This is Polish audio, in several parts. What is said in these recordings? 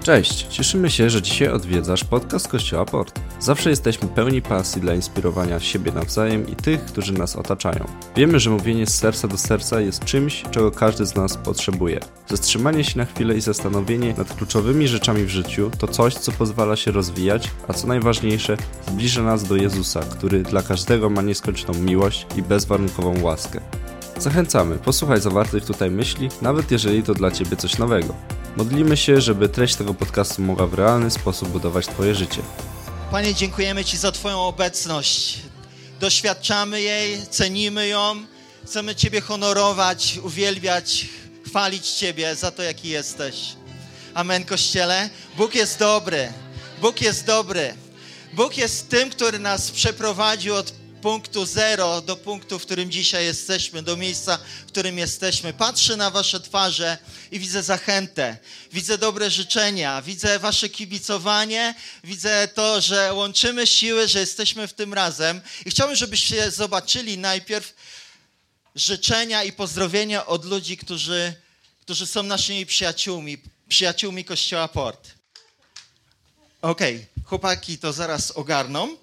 Cześć, cieszymy się, że dzisiaj odwiedzasz podcast Kościoła Port. Zawsze jesteśmy pełni pasji dla inspirowania siebie nawzajem i tych, którzy nas otaczają. Wiemy, że mówienie z serca do serca jest czymś, czego każdy z nas potrzebuje. Zatrzymanie się na chwilę i zastanowienie nad kluczowymi rzeczami w życiu to coś, co pozwala się rozwijać, a co najważniejsze, zbliża nas do Jezusa, który dla każdego ma nieskończoną miłość i bezwarunkową łaskę. Zachęcamy, posłuchaj zawartych tutaj myśli, nawet jeżeli to dla Ciebie coś nowego. Modlimy się, żeby treść tego podcastu mogła w realny sposób budować Twoje życie. Panie, dziękujemy Ci za Twoją obecność. Doświadczamy jej, cenimy ją. Chcemy Ciebie honorować, uwielbiać, chwalić Ciebie za to, jaki jesteś. Amen, Kościele. Bóg jest dobry. Bóg jest dobry. Bóg jest tym, który nas przeprowadził od punktu 0 do punktu, w którym dzisiaj jesteśmy, do miejsca, w którym jesteśmy. Patrzę na wasze twarze i widzę zachętę, widzę dobre życzenia, widzę wasze kibicowanie, widzę to, że łączymy siły, że jesteśmy w tym razem. I chciałbym, żebyście zobaczyli najpierw życzenia i pozdrowienia od ludzi, którzy są naszymi przyjaciółmi Kościoła Port. Okej, chłopaki to zaraz ogarną.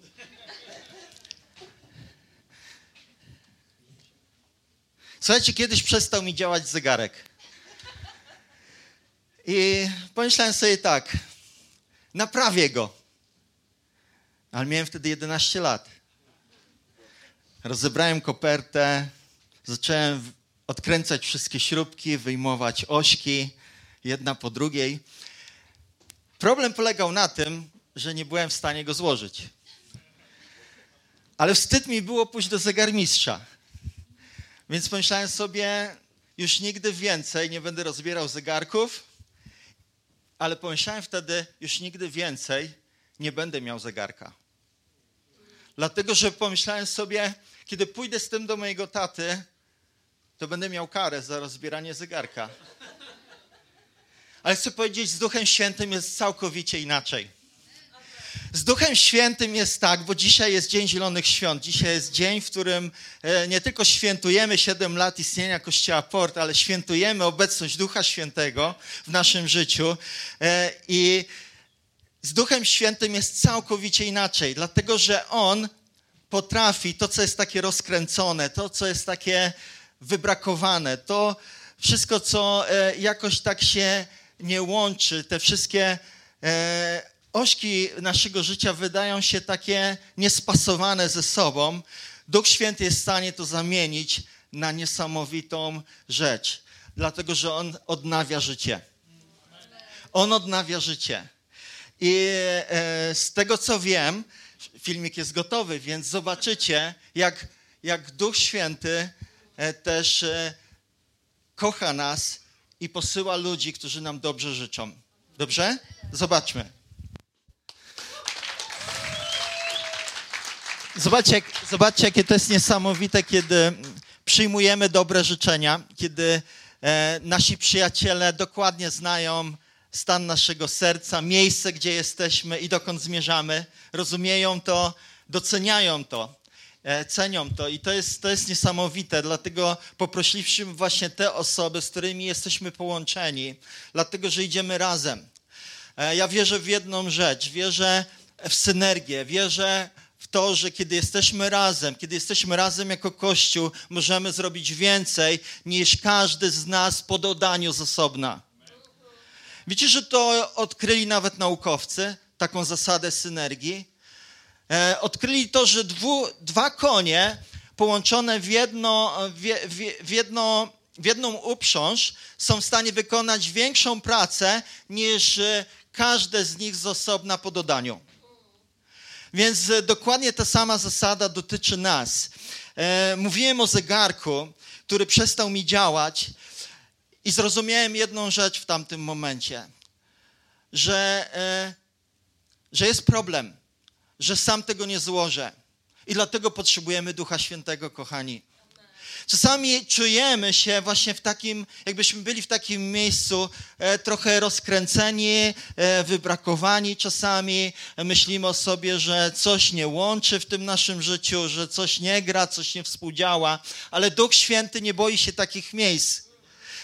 Słuchajcie, kiedyś przestał mi działać zegarek. I pomyślałem sobie tak, naprawię go. Ale miałem wtedy 11 lat. Rozebrałem kopertę, zacząłem odkręcać wszystkie śrubki, wyjmować ośki, jedna po drugiej. Problem polegał na tym, że nie byłem w stanie go złożyć. Ale wstyd mi było pójść do zegarmistrza. Więc pomyślałem sobie, już nigdy więcej nie będę rozbierał zegarków, ale pomyślałem wtedy, już nigdy więcej nie będę miał zegarka. Dlatego, że pomyślałem sobie, kiedy pójdę z tym do mojego taty, to będę miał karę za rozbieranie zegarka. Ale chcę powiedzieć, z Duchem Świętym jest całkowicie inaczej. Z Duchem Świętym jest tak, bo dzisiaj jest Dzień Zielonych Świąt. Dzisiaj jest dzień, w którym nie tylko świętujemy 7 lat istnienia Kościoła Port, ale świętujemy obecność Ducha Świętego w naszym życiu. I z Duchem Świętym jest całkowicie inaczej, dlatego że On potrafi to, co jest takie rozkręcone, to, co jest takie wybrakowane, to wszystko, co jakoś tak się nie łączy, te wszystkie ośki naszego życia wydają się takie niespasowane ze sobą. Duch Święty jest w stanie to zamienić na niesamowitą rzecz, dlatego że On odnawia życie. On odnawia życie. I z tego, co wiem, filmik jest gotowy, więc zobaczycie, jak Duch Święty też kocha nas i posyła ludzi, którzy nam dobrze życzą. Dobrze? Zobaczmy. Zobaczcie, jakie to jest niesamowite, kiedy przyjmujemy dobre życzenia, kiedy nasi przyjaciele dokładnie znają stan naszego serca, miejsce, gdzie jesteśmy i dokąd zmierzamy, rozumieją to, doceniają to, cenią to i to jest niesamowite, dlatego poprosiliśmy właśnie te osoby, z którymi jesteśmy połączeni, dlatego, że idziemy razem. Ja wierzę w jedną rzecz, wierzę w synergię, wierzę w to, że kiedy jesteśmy razem jako Kościół, możemy zrobić więcej niż każdy z nas po dodaniu z osobna. Wiecie, że to odkryli nawet naukowcy, taką zasadę synergii. Odkryli to, że dwa konie połączone w jedną uprząż są w stanie wykonać większą pracę niż każde z nich z osobna po dodaniu. Więc dokładnie ta sama zasada dotyczy nas. Mówiłem o zegarku, który przestał mi działać i zrozumiałem jedną rzecz w tamtym momencie, że jest problem, że sam tego nie złożę i dlatego potrzebujemy Ducha Świętego, kochani. Czasami czujemy się właśnie w takim, jakbyśmy byli w takim miejscu trochę rozkręceni, wybrakowani czasami. Myślimy o sobie, że coś nie łączy w tym naszym życiu, że coś nie gra, coś nie współdziała, ale Duch Święty nie boi się takich miejsc.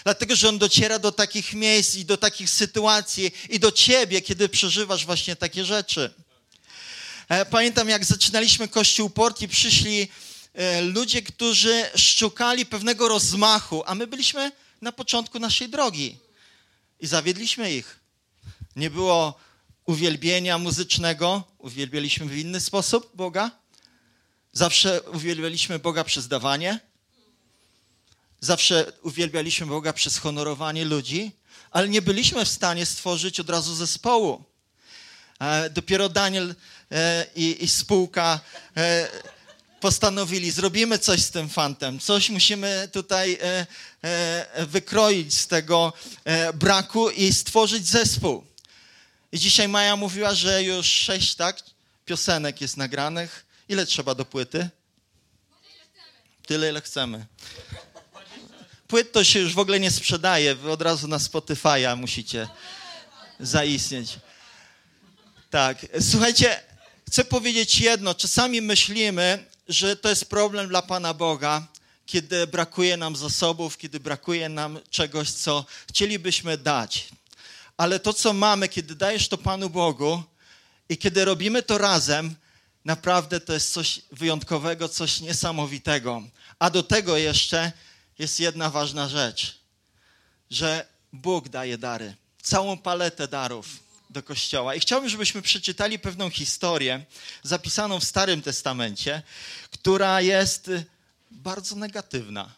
Dlatego, że On dociera do takich miejsc i do takich sytuacji i do ciebie, kiedy przeżywasz właśnie takie rzeczy. Pamiętam, jak zaczynaliśmy Kościół Port i przyszli ludzie, którzy szukali pewnego rozmachu, a my byliśmy na początku naszej drogi i zawiedliśmy ich. Nie było uwielbienia muzycznego, uwielbialiśmy w inny sposób Boga. Zawsze uwielbialiśmy Boga przez dawanie. Zawsze uwielbialiśmy Boga przez honorowanie ludzi, ale nie byliśmy w stanie stworzyć od razu zespołu. Dopiero Daniel i spółka postanowili, zrobimy coś z tym fantem, coś musimy tutaj wykroić z tego braku i stworzyć zespół. I dzisiaj Maja mówiła, że już 6 piosenek jest nagranych. Ile trzeba do płyty? Tyle, ile chcemy. Płyt to się już w ogóle nie sprzedaje, wy od razu na Spotify'a musicie zaistnieć. Tak, słuchajcie, chcę powiedzieć jedno. Czasami myślimy, że to jest problem dla Pana Boga, kiedy brakuje nam zasobów, kiedy brakuje nam czegoś, co chcielibyśmy dać. Ale to, co mamy, kiedy dajesz to Panu Bogu i kiedy robimy to razem, naprawdę to jest coś wyjątkowego, coś niesamowitego. A do tego jeszcze jest jedna ważna rzecz, że Bóg daje dary, całą paletę darów do Kościoła. I chciałbym, żebyśmy przeczytali pewną historię zapisaną w Starym Testamencie, która jest bardzo negatywna.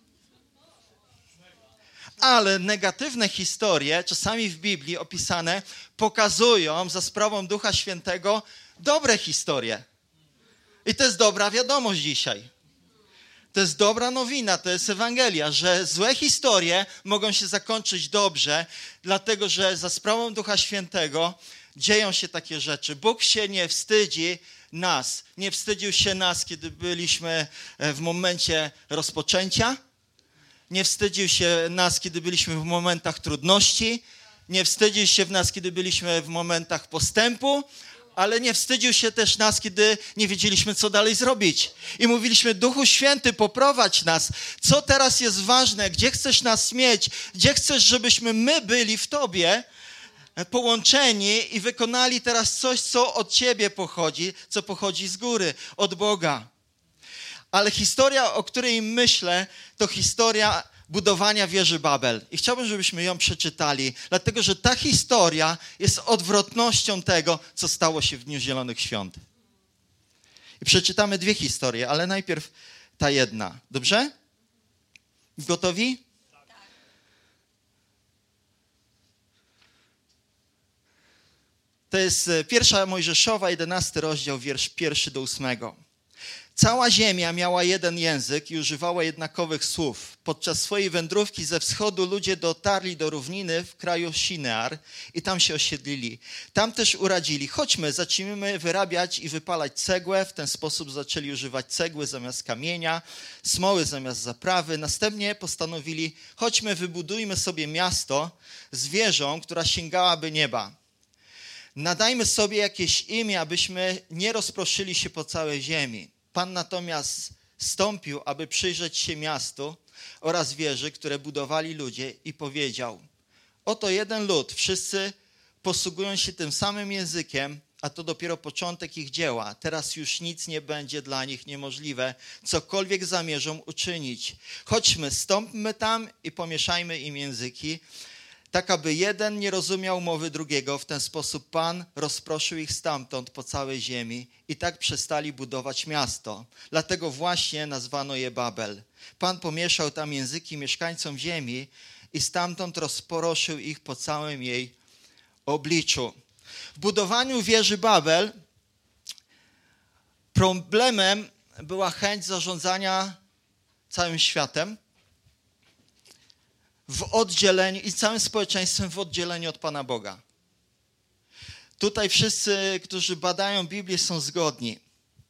Ale negatywne historie, czasami w Biblii opisane, pokazują za sprawą Ducha Świętego dobre historie. I to jest dobra wiadomość dzisiaj. To jest dobra nowina, to jest Ewangelia, że złe historie mogą się zakończyć dobrze, dlatego że za sprawą Ducha Świętego dzieją się takie rzeczy. Bóg się nie wstydzi nas. Nie wstydził się nas, kiedy byliśmy w momencie rozpoczęcia. Nie wstydził się nas, kiedy byliśmy w momentach trudności. Nie wstydził się w nas, kiedy byliśmy w momentach postępu. Ale nie wstydził się też nas, kiedy nie wiedzieliśmy, co dalej zrobić. I mówiliśmy, Duchu Święty, poprowadź nas. Co teraz jest ważne? Gdzie chcesz nas mieć? Gdzie chcesz, żebyśmy my byli w Tobie połączeni i wykonali teraz coś, co od Ciebie pochodzi, co pochodzi z góry, od Boga. Ale historia, o której myślę, to historia budowania wieży Babel. I chciałbym, żebyśmy ją przeczytali, dlatego że ta historia jest odwrotnością tego, co stało się w Dniu Zielonych Świąt. I przeczytamy 2 historie, ale najpierw ta jedna. Dobrze? Gotowi? Tak. To jest 1 Mojżeszowa, 11 rozdział, wiersz 1 do 8. Cała ziemia miała jeden język i używała jednakowych słów. Podczas swojej wędrówki ze wschodu ludzie dotarli do równiny w kraju Shinear i tam się osiedlili. Tam też uradzili, chodźmy, zacznijmy wyrabiać i wypalać cegłę. W ten sposób zaczęli używać cegły zamiast kamienia, smoły zamiast zaprawy. Następnie postanowili, chodźmy, wybudujmy sobie miasto z wieżą, która sięgałaby nieba. Nadajmy sobie jakieś imię, abyśmy nie rozproszyli się po całej ziemi. Pan natomiast stąpił, aby przyjrzeć się miastu oraz wieży, które budowali ludzie i powiedział, oto jeden lud, wszyscy posługują się tym samym językiem, a to dopiero początek ich dzieła. Teraz już nic nie będzie dla nich niemożliwe, cokolwiek zamierzą uczynić. Chodźmy, stąpmy tam i pomieszajmy im języki, tak aby jeden nie rozumiał mowy drugiego. W ten sposób Pan rozproszył ich stamtąd po całej ziemi i tak przestali budować miasto. Dlatego właśnie nazwano je Babel. Pan pomieszał tam języki mieszkańcom ziemi i stamtąd rozporoszył ich po całym jej obliczu. W budowaniu wieży Babel problemem była chęć zarządzania całym światem w oddzieleniu i całym społeczeństwem w oddzieleniu od Pana Boga. Tutaj wszyscy, którzy badają Biblię, są zgodni.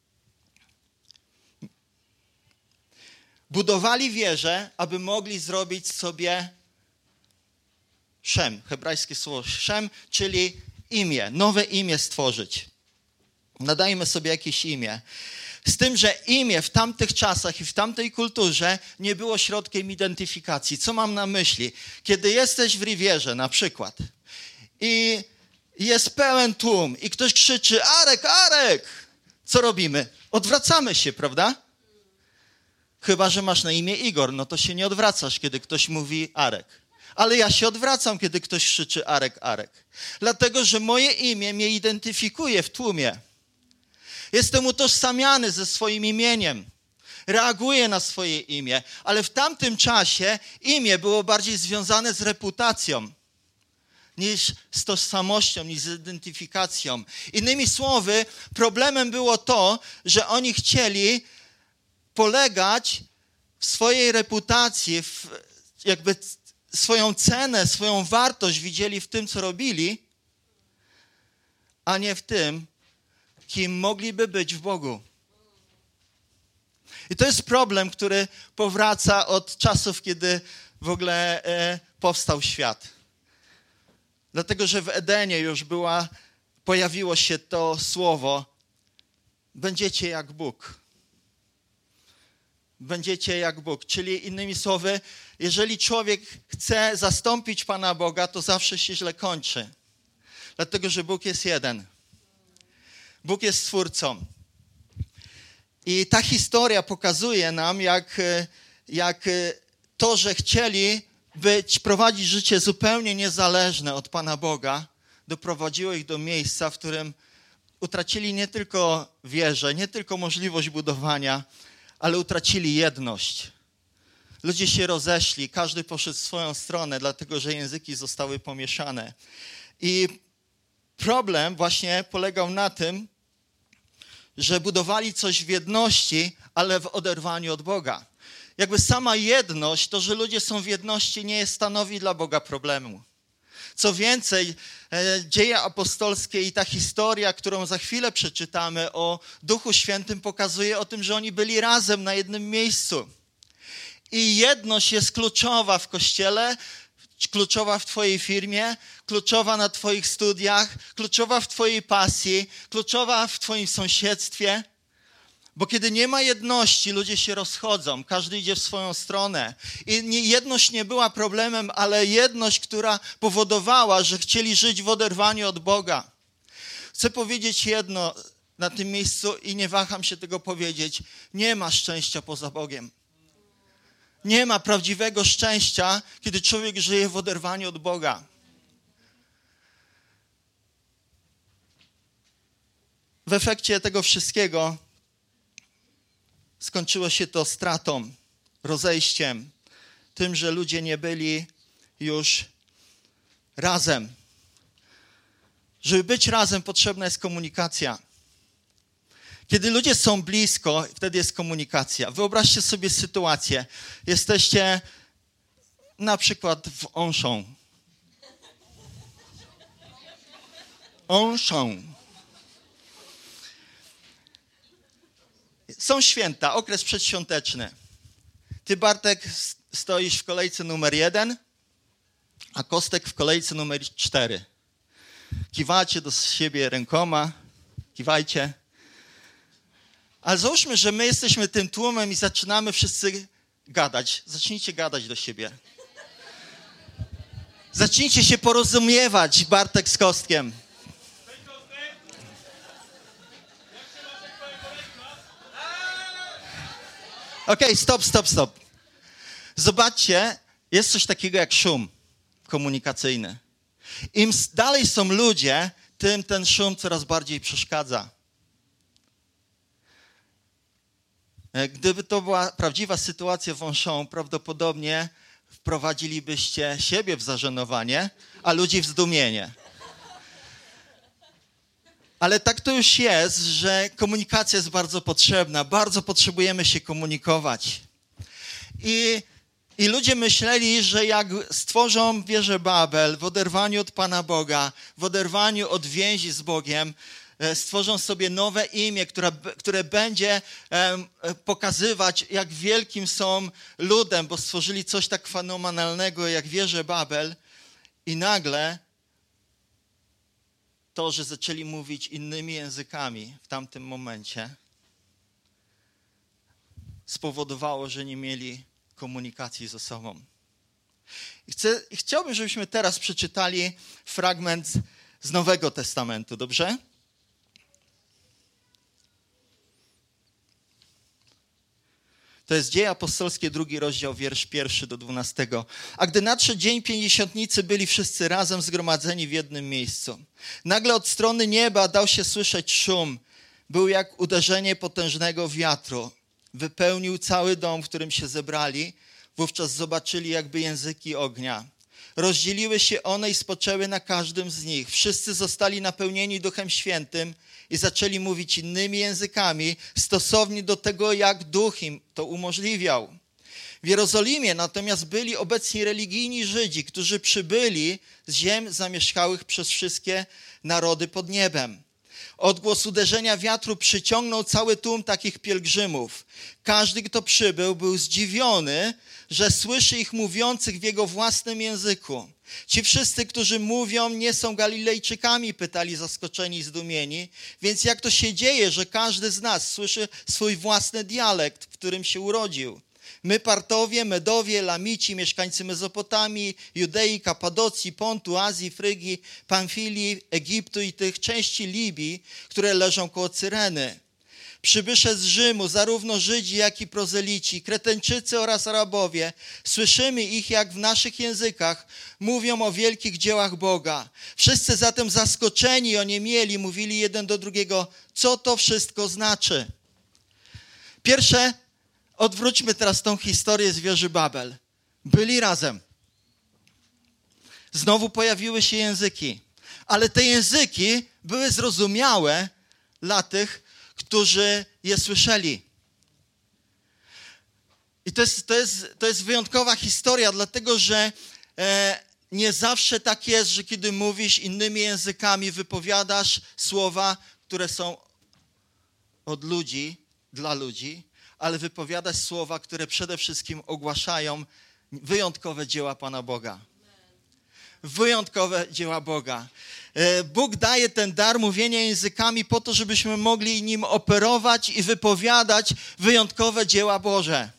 Budowali wieżę, aby mogli zrobić sobie szem, hebrajskie słowo szem, czyli imię, nowe imię stworzyć. Nadajmy sobie jakieś imię. Z tym, że imię w tamtych czasach i w tamtej kulturze nie było środkiem identyfikacji. Co mam na myśli? Kiedy jesteś w Rivierze na przykład i jest pełen tłum i ktoś krzyczy Arek, Arek! Co robimy? Odwracamy się, prawda? Chyba że masz na imię Igor, no to się nie odwracasz, kiedy ktoś mówi Arek. Ale ja się odwracam, kiedy ktoś krzyczy Arek, Arek. Dlatego, że moje imię mnie identyfikuje w tłumie. Jestem utożsamiany ze swoim imieniem. Reaguję na swoje imię. Ale w tamtym czasie imię było bardziej związane z reputacją niż z tożsamością, niż z identyfikacją. Innymi słowy, problemem było to, że oni chcieli polegać w swojej reputacji, jakby swoją cenę, swoją wartość widzieli w tym, co robili, a nie w tym, kim mogliby być w Bogu. I to jest problem, który powraca od czasów, kiedy w ogóle powstał świat. Dlatego, że w Edenie już pojawiło się to słowo, będziecie jak Bóg. Będziecie jak Bóg. Czyli innymi słowy, jeżeli człowiek chce zastąpić Pana Boga, to zawsze się źle kończy. Dlatego, że Bóg jest jeden. Bóg jest Stwórcą. I ta historia pokazuje nam, jak to, że chcieli prowadzić życie zupełnie niezależne od Pana Boga, doprowadziło ich do miejsca, w którym utracili nie tylko wierzę, nie tylko możliwość budowania, ale utracili jedność. Ludzie się rozeszli, każdy poszedł w swoją stronę, dlatego że języki zostały pomieszane. I problem właśnie polegał na tym, że budowali coś w jedności, ale w oderwaniu od Boga. Jakby sama jedność, to, że ludzie są w jedności, nie stanowi dla Boga problemu. Co więcej, dzieje apostolskie i ta historia, którą za chwilę przeczytamy o Duchu Świętym, pokazuje o tym, że oni byli razem na jednym miejscu. I jedność jest kluczowa w Kościele, kluczowa w twojej firmie, kluczowa na twoich studiach, kluczowa w twojej pasji, kluczowa w twoim sąsiedztwie. Bo kiedy nie ma jedności, ludzie się rozchodzą, każdy idzie w swoją stronę. I jedność nie była problemem, ale jedność, która powodowała, że chcieli żyć w oderwaniu od Boga. Chcę powiedzieć jedno na tym miejscu i nie waham się tego powiedzieć. Nie ma szczęścia poza Bogiem. Nie ma prawdziwego szczęścia, kiedy człowiek żyje w oderwaniu od Boga. W efekcie tego wszystkiego skończyło się to stratą, rozejściem, tym, że ludzie nie byli już razem. Żeby być razem, potrzebna jest komunikacja. Kiedy ludzie są blisko, wtedy jest komunikacja. Wyobraźcie sobie sytuację. Jesteście na przykład w Onszą. Są święta, okres przedświąteczny. Ty, Bartek, stoisz w kolejce numer 1, a Kostek w kolejce numer 4. Kiwacie do siebie rękoma, kiwajcie. Ale załóżmy, że my jesteśmy tym tłumem i zaczynamy wszyscy gadać. Zacznijcie gadać do siebie. Zacznijcie się porozumiewać, Bartek z Kostkiem. Okej, stop. Zobaczcie, jest coś takiego jak szum komunikacyjny. Im dalej są ludzie, tym ten szum coraz bardziej przeszkadza. Gdyby to była prawdziwa sytuacja wąszą, prawdopodobnie wprowadzilibyście siebie w zażenowanie, a ludzi w zdumienie. Ale tak to już jest, że komunikacja jest bardzo potrzebna. Bardzo potrzebujemy się komunikować. I ludzie myśleli, że jak stworzą wieżę Babel w oderwaniu od Pana Boga, w oderwaniu od więzi z Bogiem, stworzą sobie nowe imię, które będzie pokazywać, jak wielkim są ludem, bo stworzyli coś tak fenomenalnego jak wieżę Babel i nagle to, że zaczęli mówić innymi językami w tamtym momencie, spowodowało, że nie mieli komunikacji ze sobą. I chciałbym, żebyśmy teraz przeczytali fragment z Nowego Testamentu, dobrze? To jest Dzieje Apostolskie, 2 rozdział, wiersz 1 do 12. A gdy nadszedł dzień pięćdziesiątnicy, byli wszyscy razem zgromadzeni w jednym miejscu. Nagle od strony nieba dał się słyszeć szum. Był jak uderzenie potężnego wiatru. Wypełnił cały dom, w którym się zebrali. Wówczas zobaczyli jakby języki ognia. Rozdzieliły się one i spoczęły na każdym z nich. Wszyscy zostali napełnieni Duchem Świętym i zaczęli mówić innymi językami, stosownie do tego, jak Duch im to umożliwiał. W Jerozolimie natomiast byli obecni religijni Żydzi, którzy przybyli z ziem zamieszkałych przez wszystkie narody pod niebem. Odgłos uderzenia wiatru przyciągnął cały tłum takich pielgrzymów. Każdy, kto przybył, był zdziwiony, że słyszy ich mówiących w jego własnym języku. Ci wszyscy, którzy mówią, nie są Galilejczykami, pytali zaskoczeni i zdumieni. Więc jak to się dzieje, że każdy z nas słyszy swój własny dialekt, w którym się urodził? My Partowie, Medowie, Lamici, mieszkańcy Mezopotamii, Judei, Kapadocji, Pontu, Azji, Frygii, Pamfilii, Egiptu i tych części Libii, które leżą koło Cyreny. Przybysze z Rzymu, zarówno Żydzi, jak i prozelici, Kreteńczycy oraz Arabowie, słyszymy ich, jak w naszych językach mówią o wielkich dziełach Boga. Wszyscy zatem zaskoczeni i oniemieli mówili jeden do drugiego, co to wszystko znaczy. Pierwsze, odwróćmy teraz tą historię z wieży Babel. Byli razem. Znowu pojawiły się języki, ale te języki były zrozumiałe dla tych, którzy je słyszeli. I to jest wyjątkowa historia, dlatego że nie zawsze tak jest, że kiedy mówisz innymi językami, wypowiadasz słowa, które są od ludzi, dla ludzi, ale wypowiadasz słowa, które przede wszystkim ogłaszają wyjątkowe dzieła Pana Boga. Wyjątkowe dzieła Boga. Bóg daje ten dar mówienia językami po to, żebyśmy mogli nim operować i wypowiadać wyjątkowe dzieła Boże.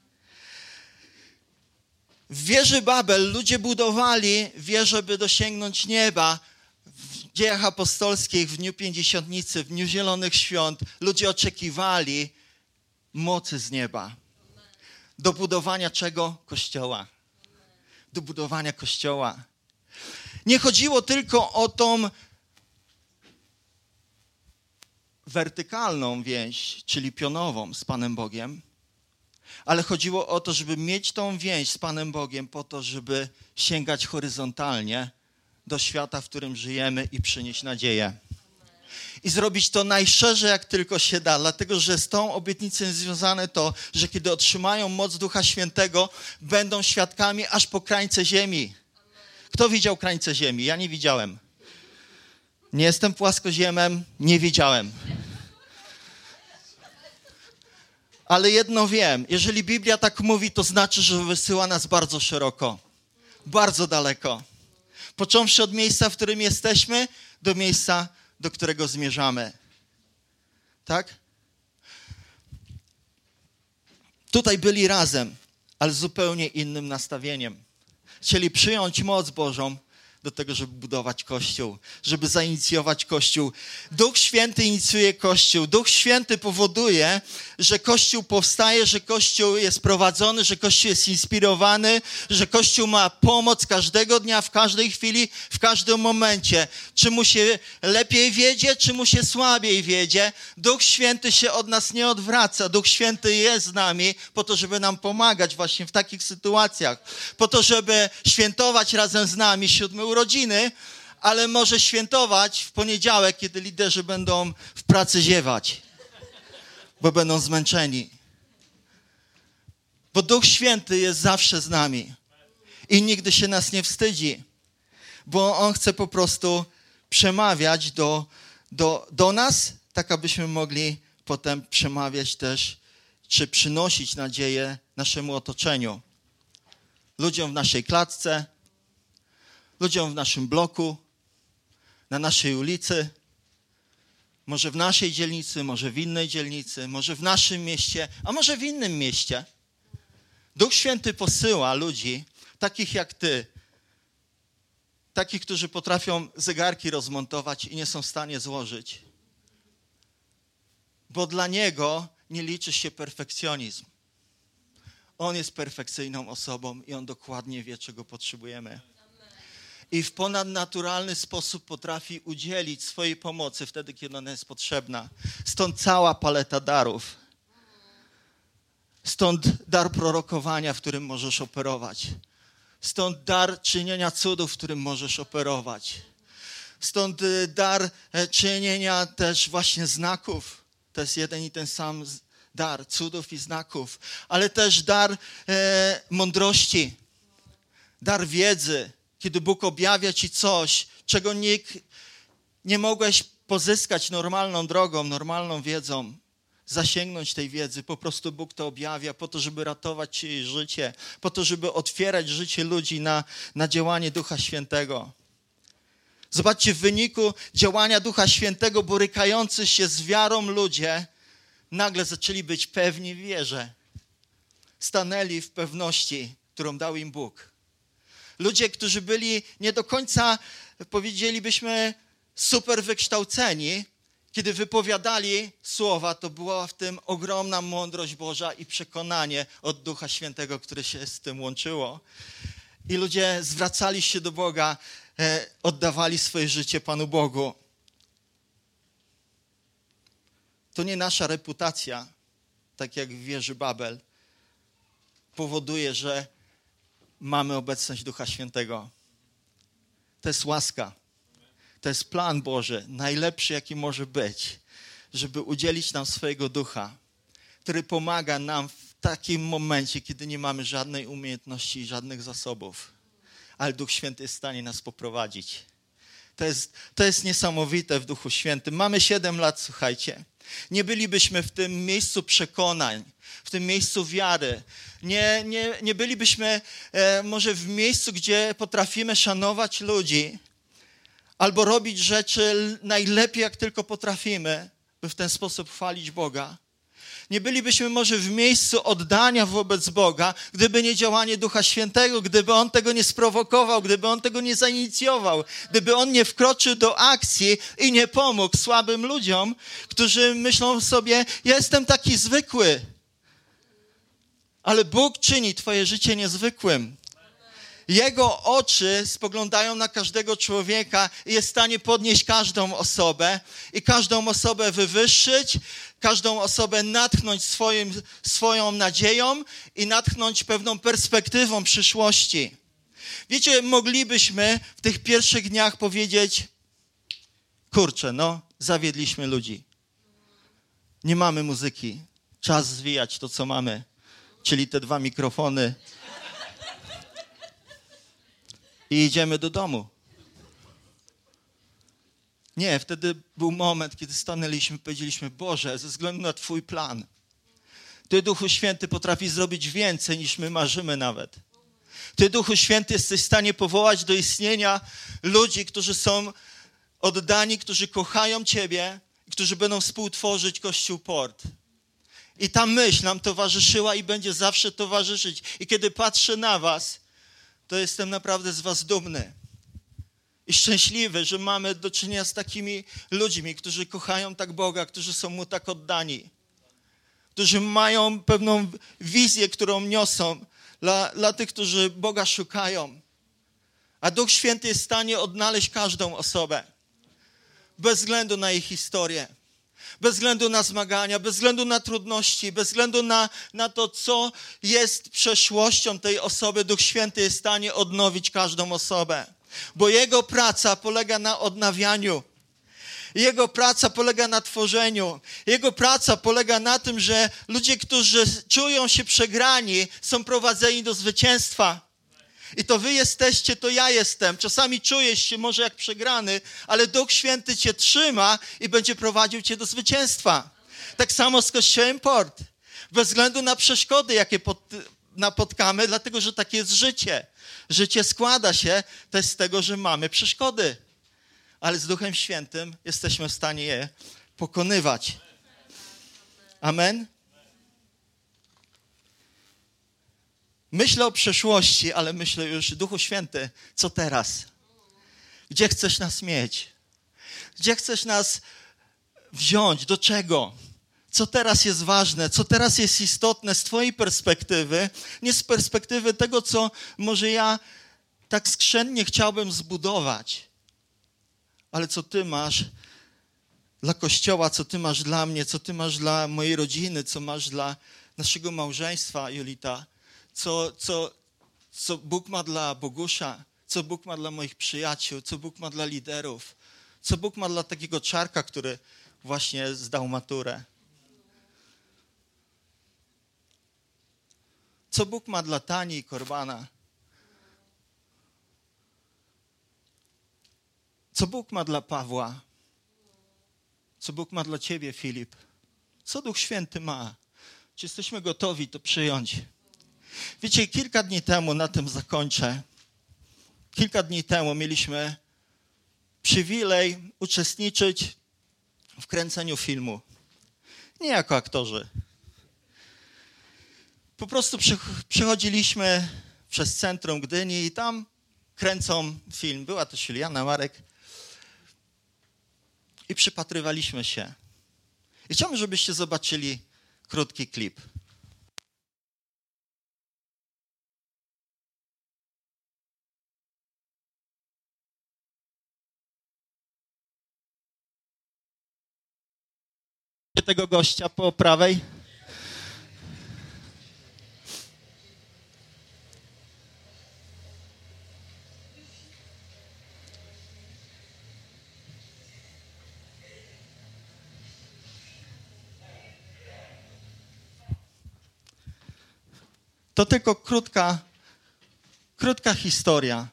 W wieży Babel ludzie budowali wieżę, by dosięgnąć nieba. W Dziejach Apostolskich, w Dniu Pięćdziesiątnicy, w Dniu Zielonych Świąt ludzie oczekiwali mocy z nieba. Do budowania czego? Kościoła. Do budowania Kościoła. Nie chodziło tylko o tą wertykalną więź, czyli pionową z Panem Bogiem, ale chodziło o to, żeby mieć tą więź z Panem Bogiem po to, żeby sięgać horyzontalnie do świata, w którym żyjemy i przynieść nadzieję. I zrobić to najszerzej, jak tylko się da, dlatego że z tą obietnicą jest związane to, że kiedy otrzymają moc Ducha Świętego, będą świadkami aż po krańce ziemi. Kto widział krańce ziemi? Ja nie widziałem. Nie jestem płaskoziemem, nie widziałem. Ale jedno wiem, jeżeli Biblia tak mówi, to znaczy, że wysyła nas bardzo szeroko, bardzo daleko. Począwszy od miejsca, w którym jesteśmy, do miejsca, do którego zmierzamy. Tak? Tutaj byli razem, ale z zupełnie innym nastawieniem. Chcieli przyjąć moc Bożą do tego, żeby budować Kościół, żeby zainicjować Kościół. Duch Święty inicjuje Kościół. Duch Święty powoduje, że Kościół powstaje, że Kościół jest prowadzony, że Kościół jest inspirowany, że Kościół ma pomoc każdego dnia, w każdej chwili, w każdym momencie. Czy mu się lepiej wiedzie, czy mu się słabiej wiedzie. Duch Święty się od nas nie odwraca. Duch Święty jest z nami po to, żeby nam pomagać właśnie w takich sytuacjach. Po to, żeby świętować razem z nami 7 urodziny, ale może świętować w poniedziałek, kiedy liderzy będą w pracy ziewać, bo będą zmęczeni. Bo Duch Święty jest zawsze z nami i nigdy się nas nie wstydzi, bo On chce po prostu przemawiać do nas, tak abyśmy mogli potem przemawiać też, czy przynosić nadzieję naszemu otoczeniu. Ludziom w naszej klatce, ludziom w naszym bloku, na naszej ulicy, Może w naszej dzielnicy, może w innej dzielnicy, może w naszym mieście, a może w innym mieście. Duch Święty posyła ludzi, takich jak ty, takich, którzy potrafią zegarki rozmontować i nie są w stanie złożyć. Bo dla Niego nie liczy się perfekcjonizm. On jest perfekcyjną osobą i On dokładnie wie, czego potrzebujemy. I w ponadnaturalny sposób potrafi udzielić swojej pomocy wtedy, kiedy ona jest potrzebna. Stąd cała paleta darów. Stąd dar prorokowania, w którym możesz operować. Stąd dar czynienia cudów, w którym możesz operować. Stąd dar czynienia też właśnie znaków. To jest jeden i ten sam dar cudów i znaków. Ale też dar mądrości, dar wiedzy. Kiedy Bóg objawia ci coś, czego nikt nie mogłeś pozyskać normalną drogą, normalną wiedzą, zasięgnąć tej wiedzy. Po prostu Bóg to objawia po to, żeby ratować czyjeś życie, po to, żeby otwierać życie ludzi na działanie Ducha Świętego. Zobaczcie, w wyniku działania Ducha Świętego borykający się z wiarą ludzie nagle zaczęli być pewni w wierze. Stanęli w pewności, którą dał im Bóg. Ludzie, którzy byli nie do końca, powiedzielibyśmy, super wykształceni, kiedy wypowiadali słowa, to była w tym ogromna mądrość Boża i przekonanie od Ducha Świętego, które się z tym łączyło. I ludzie zwracali się do Boga, oddawali swoje życie Panu Bogu. To nie nasza reputacja, tak jak w wieży Babel, powoduje, że mamy obecność Ducha Świętego. To jest łaska. To jest plan Boży, najlepszy jaki może być, żeby udzielić nam swojego Ducha, który pomaga nam w takim momencie, kiedy nie mamy żadnej umiejętności i żadnych zasobów. Ale Duch Święty jest w stanie nas poprowadzić. To jest niesamowite w Duchu Świętym. Mamy 7 lat, słuchajcie. Nie bylibyśmy w tym miejscu przekonań, w tym miejscu wiary. Nie bylibyśmy może w miejscu, gdzie potrafimy szanować ludzi albo robić rzeczy najlepiej, jak tylko potrafimy, by w ten sposób chwalić Boga. Nie bylibyśmy może w miejscu oddania wobec Boga, gdyby nie działanie Ducha Świętego, gdyby On tego nie sprowokował, gdyby On tego nie zainicjował, gdyby On nie wkroczył do akcji i nie pomógł słabym ludziom, którzy myślą sobie, ja jestem taki zwykły. Ale Bóg czyni twoje życie niezwykłym. Jego oczy spoglądają na każdego człowieka i jest w stanie podnieść każdą osobę i każdą osobę wywyższyć, każdą osobę natchnąć swoją nadzieją i natchnąć pewną perspektywą przyszłości. Wiecie, moglibyśmy w tych pierwszych dniach powiedzieć, kurczę, zawiedliśmy ludzi. Nie mamy muzyki. Czas zwijać to, co mamy, czyli te 2 mikrofony. I idziemy do domu. Nie, wtedy był moment, kiedy stanęliśmy i powiedzieliśmy, Boże, ze względu na Twój plan, Ty, Duchu Święty, potrafisz zrobić więcej, niż my marzymy nawet. Ty, Duchu Święty, jesteś w stanie powołać do istnienia ludzi, którzy są oddani, którzy kochają Ciebie, którzy będą współtworzyć Kościół Port. I ta myśl nam towarzyszyła i będzie zawsze towarzyszyć. I kiedy patrzę na was, to jestem naprawdę z was dumny. I szczęśliwy, że mamy do czynienia z takimi ludźmi, którzy kochają tak Boga, którzy są Mu tak oddani. Którzy mają pewną wizję, którą niosą dla tych, którzy Boga szukają. A Duch Święty jest w stanie odnaleźć każdą osobę. Bez względu na ich historię. Bez względu na zmagania, bez względu na trudności, bez względu na to, co jest przeszłością tej osoby, Duch Święty jest w stanie odnowić każdą osobę. Bo Jego praca polega na odnawianiu. Jego praca polega na tworzeniu. Jego praca polega na tym, że ludzie, którzy czują się przegrani, są prowadzeni do zwycięstwa. I to wy jesteście, to ja jestem. Czasami czujesz się może jak przegrany, ale Duch Święty cię trzyma i będzie prowadził cię do zwycięstwa. Tak samo z Kościołem Port. Bez względu na przeszkody, jakie napotkamy, dlatego że takie jest życie. Życie składa się też z tego, że mamy przeszkody. Ale z Duchem Świętym jesteśmy w stanie je pokonywać. Amen? Myślę o przeszłości, ale myślę już, Duchu Święty, co teraz? Gdzie chcesz nas mieć? Gdzie chcesz nas wziąć? Do czego? Co teraz jest ważne? Co teraz jest istotne z Twojej perspektywy? Nie z perspektywy tego, co może ja tak skrzętnie chciałbym zbudować, ale co Ty masz dla Kościoła, co Ty masz dla mnie, co Ty masz dla mojej rodziny, co masz dla naszego małżeństwa, Julita, co Bóg ma dla Bogusza, co Bóg ma dla moich przyjaciół, co Bóg ma dla liderów, co Bóg ma dla takiego Czarka, który właśnie zdał maturę. Co Bóg ma dla Tani i Korbana. Co Bóg ma dla Pawła. Co Bóg ma dla Ciebie, Filip. Co Duch Święty ma. Czy jesteśmy gotowi to przyjąć? Wiecie, kilka dni temu, na tym zakończę, kilka dni temu mieliśmy przywilej uczestniczyć w kręceniu filmu. Nie jako aktorzy. Po prostu przychodziliśmy przez centrum Gdyni i tam kręcą film. Była to Juliana, Marek. I przypatrywaliśmy się. I chciałbym, żebyście zobaczyli krótki klip. Tego gościa po prawej. To tylko krótka historia.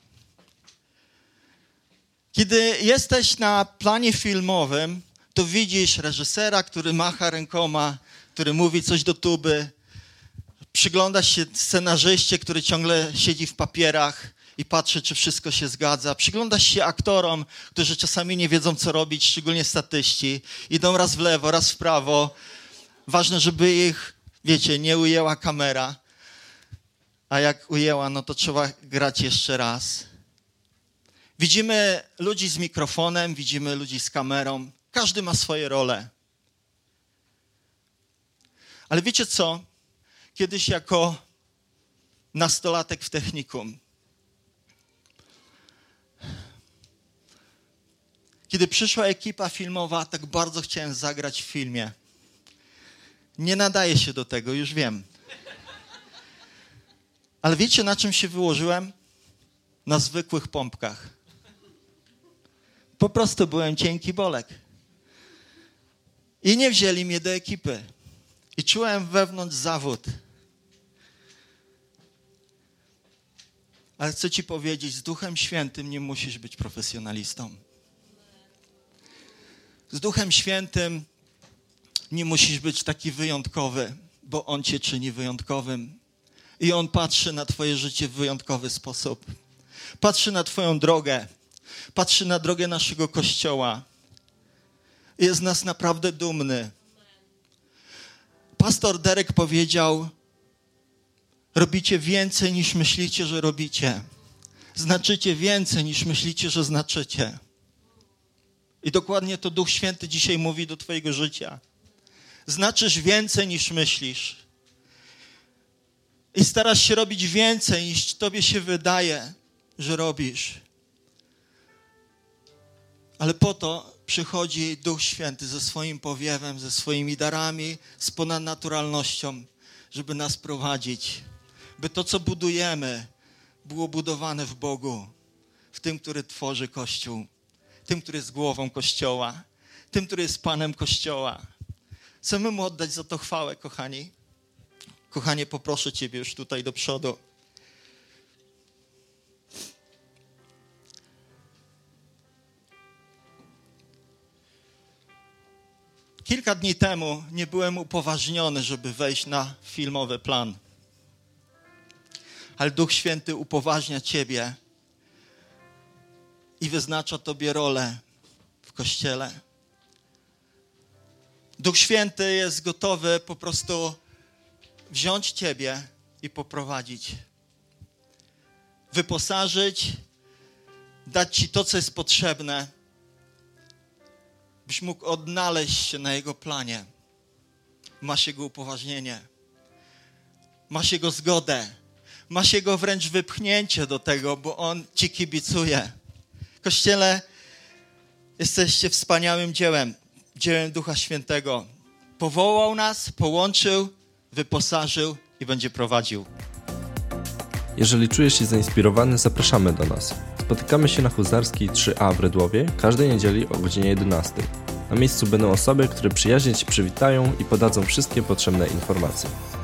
Kiedy jesteś na planie filmowym, to widzisz reżysera, który macha rękoma, który mówi coś do tuby. Przyglądasz się scenarzyście, który ciągle siedzi w papierach i patrzy, czy wszystko się zgadza. Przyglądasz się aktorom, którzy czasami nie wiedzą, co robić, szczególnie statyści. Idą raz w lewo, raz w prawo. Ważne, żeby ich, wiecie, nie ujęła kamera. A jak ujęła, no to trzeba grać jeszcze raz. Widzimy ludzi z mikrofonem, widzimy ludzi z kamerą. Każdy ma swoje role. Ale wiecie co? Kiedyś jako nastolatek w technikum, kiedy przyszła ekipa filmowa, tak bardzo chciałem zagrać w filmie. Nie nadaję się do tego, już wiem. Ale wiecie, na czym się wyłożyłem? Na zwykłych pompkach. Po prostu byłem cienki bolek. I nie wzięli mnie do ekipy. I czułem wewnątrz zawód. Ale chcę ci powiedzieć, z Duchem Świętym nie musisz być profesjonalistą. Z Duchem Świętym nie musisz być taki wyjątkowy, bo On cię czyni wyjątkowym. I On patrzy na twoje życie w wyjątkowy sposób. Patrzy na twoją drogę. Patrzy na drogę naszego Kościoła. Jest z nas naprawdę dumny. Pastor Derek powiedział, robicie więcej niż myślicie, że robicie. Znaczycie więcej niż myślicie, że znaczycie. I dokładnie to Duch Święty dzisiaj mówi do twojego życia. Znaczysz więcej niż myślisz. I starasz się robić więcej niż tobie się wydaje, że robisz. Ale po to przychodzi Duch Święty ze swoim powiewem, ze swoimi darami, z ponadnaturalnością, żeby nas prowadzić. By to, co budujemy, było budowane w Bogu, w tym, który tworzy Kościół, tym, który jest głową Kościoła, tym, który jest Panem Kościoła. Chcemy Mu oddać za to chwałę, kochani. Kochanie, poproszę Ciebie już tutaj do przodu. Kilka dni temu nie byłem upoważniony, żeby wejść na filmowy plan. Ale Duch Święty upoważnia Ciebie i wyznacza Tobie rolę w Kościele. Duch Święty jest gotowy po prostu wziąć ciebie i poprowadzić. Wyposażyć, dać ci to, co jest potrzebne, byś mógł odnaleźć się na Jego planie. Masz Jego upoważnienie. Masz Jego zgodę. Masz Jego wręcz wypchnięcie do tego, bo On ci kibicuje. Kościele, jesteście wspaniałym dziełem Ducha Świętego. Powołał nas, połączył, wyposażył i będzie prowadził. Jeżeli czujesz się zainspirowany, zapraszamy do nas. Spotykamy się na Huzarskiej 3A w Rydłowie każdej niedzieli o godzinie 11. Na miejscu będą osoby, które przyjaźnie Cię przywitają i podadzą wszystkie potrzebne informacje.